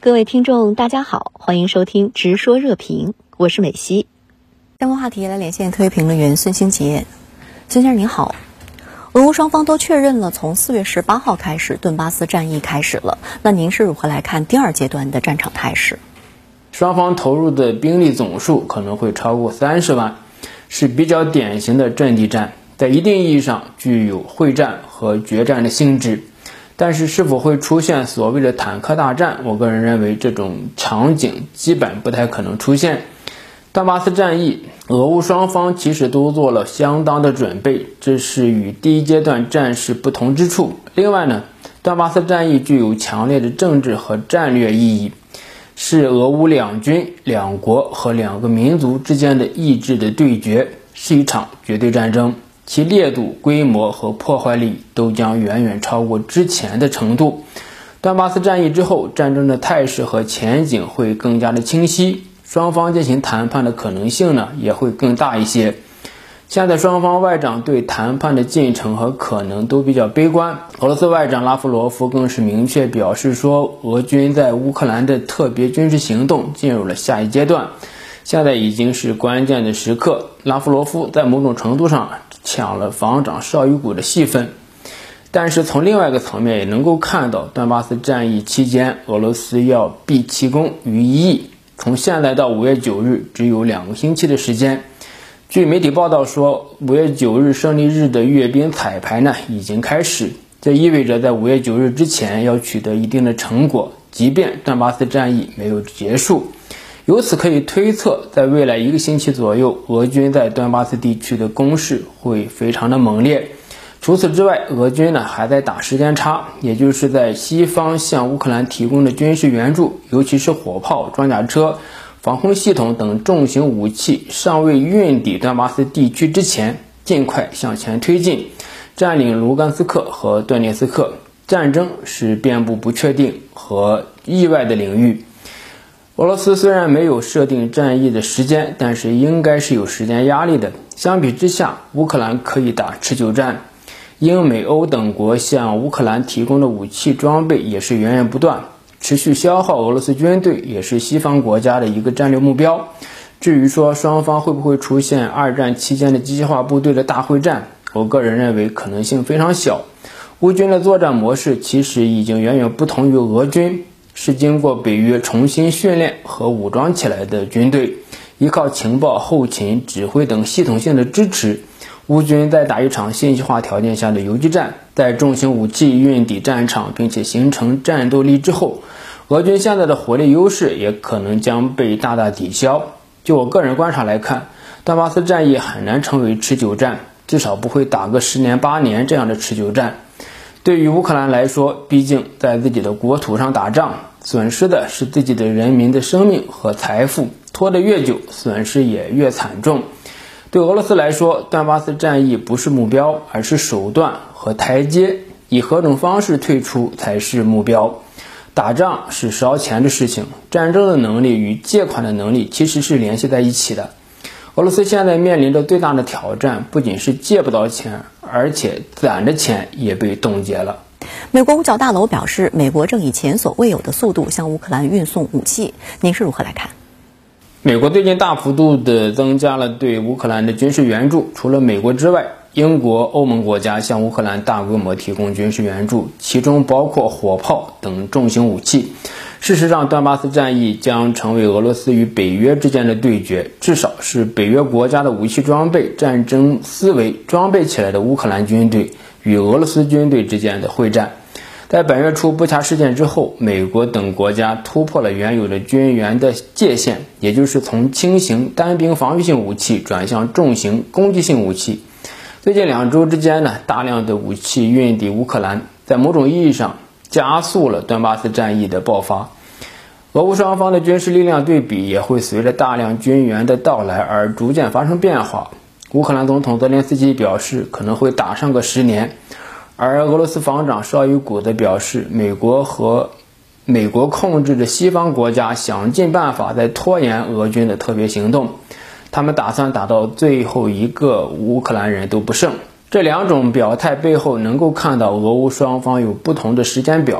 各位听众大家好，欢迎收听直说热评，我是美西。相关话题来连线特约评论员孙兴杰。孙先生您好，俄乌双方都确认了从4月18号开始顿巴斯战役开始了，那您是如何来看第二阶段的战场态势？ 双方投入的兵力总数可能会超过30万，是比较典型的阵地战，在一定意义上具有会战和决战的性质。但是是否会出现所谓的坦克大战，我个人认为这种场景基本不太可能出现。顿巴斯战役，俄乌双方其实都做了相当的准备，这是与第一阶段战事不同之处。另外呢，顿巴斯战役具有强烈的政治和战略意义，是俄乌两军、两国和两个民族之间的意志的对决，是一场绝对战争。其烈度、规模和破坏力都将远远超过之前的程度。顿巴斯战役之后，战争的态势和前景会更加的清晰，双方进行谈判的可能性呢也会更大一些。现在双方外长对谈判的进程和可能都比较悲观，俄罗斯外长拉夫罗夫更是明确表示说，俄军在乌克兰的特别军事行动进入了下一阶段，现在已经是关键的时刻。拉夫罗夫在某种程度上抢了防长绍伊古的戏份，但是从另外一个层面也能够看到，顿巴斯战役期间俄罗斯要毕其功于一役，从现在到5月9日只有2个星期的时间。据媒体报道说，5月9日胜利日的阅兵彩排呢已经开始，这意味着在5月9日之前要取得一定的成果，即便顿巴斯战役没有结束。由此可以推测，在未来1个星期左右，俄军在顿巴斯地区的攻势会非常的猛烈。除此之外，俄军呢还在打时间差，也就是在西方向乌克兰提供的军事援助，尤其是火炮、装甲车、防空系统等重型武器尚未运抵顿巴斯地区之前，尽快向前推进，占领卢甘斯克和顿涅斯克。战争是遍布不确定和意外的领域。俄罗斯虽然没有设定战役的时间，但是应该是有时间压力的。相比之下，乌克兰可以打持久战，英美欧等国向乌克兰提供的武器装备也是源源不断，持续消耗俄罗斯军队也是西方国家的一个战略目标。至于说双方会不会出现2战期间的机械化部队的大会战，我个人认为可能性非常小。乌军的作战模式其实已经远远不同于俄军，是经过北约重新训练和武装起来的军队，依靠情报、后勤、指挥等系统性的支持，乌军在打一场信息化条件下的游击战，在重型武器运抵战场并且形成战斗力之后，俄军现在的火力优势也可能将被大大抵消。就我个人观察来看，顿巴斯战役很难成为持久战，至少不会打个10年8年这样的持久战。对于乌克兰来说，毕竟在自己的国土上打仗，损失的是自己的人民的生命和财富，拖得越久，损失也越惨重。对俄罗斯来说，顿巴斯战役不是目标，而是手段和台阶，以何种方式退出才是目标。打仗是烧钱的事情，战争的能力与借款的能力其实是联系在一起的。俄罗斯现在面临着最大的挑战，不仅是借不到钱，而且攒的钱也被冻结了。 美国五角大楼表示，美国正以前所未有的速度向乌克兰运送武器，您是如何来看？ 美国最近大幅度地增加了对乌克兰的军事援助，除了美国之外，英国、欧盟国家向乌克兰大规模提供军事援助，其中包括火炮等重型武器。事实上，顿巴斯战役将成为俄罗斯与北约之间的对决，至少是北约国家的武器装备、战争思维装备起来的乌克兰军队与俄罗斯军队之间的会战。在本月初布恰事件之后，美国等国家突破了原有的军援的界限，也就是从轻型单兵防御性武器转向重型攻击性武器。最近2周之间呢，大量的武器运抵乌克兰，在某种意义上加速了顿巴斯战役的爆发。俄乌双方的军事力量对比也会随着大量军援的到来而逐渐发生变化。乌克兰总统泽连斯基表示可能会打上个10年，而俄罗斯防长绍伊古的表示，美国控制着西方国家想尽办法在拖延俄军的特别行动，他们打算打到最后一个乌克兰人都不剩。这2种表态背后能够看到俄乌双方有不同的时间表。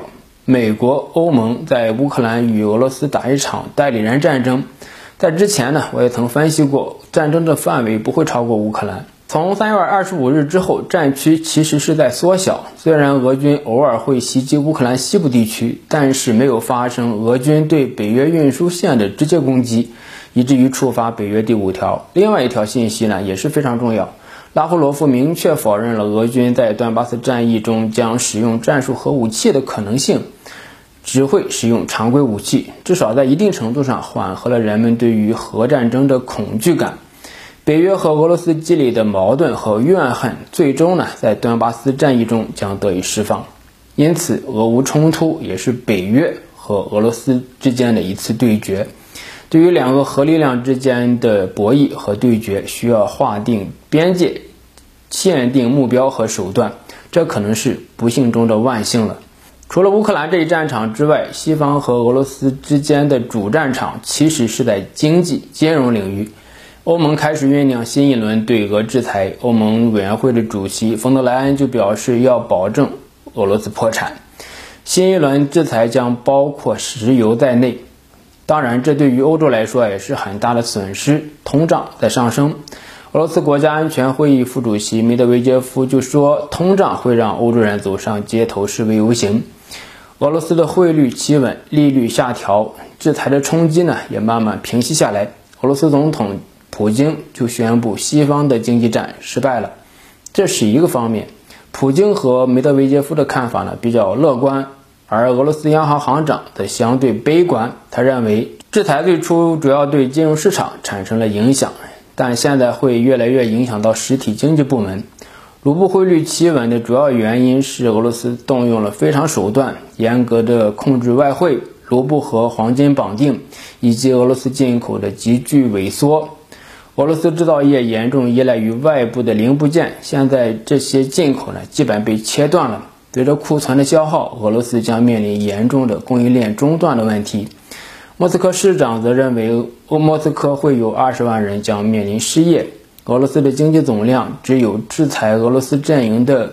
美国、欧盟在乌克兰与俄罗斯打一场代理人战争。在之前呢，我也曾分析过，战争的范围不会超过乌克兰。从3月25日之后，战区其实是在缩小。虽然俄军偶尔会袭击乌克兰西部地区，但是没有发生俄军对北约运输线的直接攻击，以至于触发北约第5条。另外一条信息呢，也是非常重要。拉夫罗夫明确否认了俄军在顿巴斯战役中将使用战术核武器的可能性，只会使用常规武器，至少在一定程度上缓和了人们对于核战争的恐惧感。北约和俄罗斯积累的矛盾和怨恨，最终呢，在顿巴斯战役中将得以释放。因此，俄乌冲突也是北约和俄罗斯之间的一次对决。对于两个核力量之间的博弈和对决，需要划定边界、限定目标和手段，这可能是不幸中的万幸了。除了乌克兰这一战场之外，西方和俄罗斯之间的主战场其实是在经济金融领域。欧盟开始酝酿新一轮对俄制裁，欧盟委员会的主席冯德莱恩就表示要保证俄罗斯破产。新一轮制裁将包括石油在内，当然这对于欧洲来说也是很大的损失，通胀在上升。俄罗斯国家安全会议副主席梅德韦杰夫就说，通胀会让欧洲人走上街头示威游行。俄罗斯的汇率企稳，利率下调，制裁的冲击呢也慢慢平息下来。俄罗斯总统普京就宣布西方的经济战失败了，这是一个方面。普京和梅德韦杰夫的看法呢比较乐观，而俄罗斯央行行长则相对悲观。他认为制裁最初主要对金融市场产生了影响，但现在会越来越影响到实体经济部门。卢布汇率企稳的主要原因是俄罗斯动用了非常手段，严格的控制外汇，卢布和黄金绑定，以及俄罗斯进口的急剧萎缩。俄罗斯制造业严重依赖于外部的零部件，现在这些进口呢基本被切断了。随着库存的消耗，俄罗斯将面临严重的供应链中断的问题。莫斯科市长则认为，莫斯科会有20万人将面临失业。俄罗斯的经济总量只有制裁俄罗斯阵营的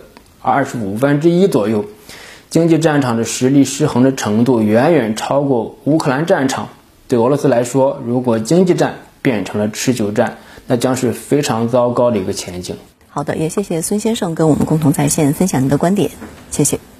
1/25左右，经济战场的实力失衡的程度远远超过乌克兰战场。对俄罗斯来说，如果经济战变成了持久战，那将是非常糟糕的一个前景。 好的，也谢谢孙先生跟我们共同在线分享您的观点，谢谢。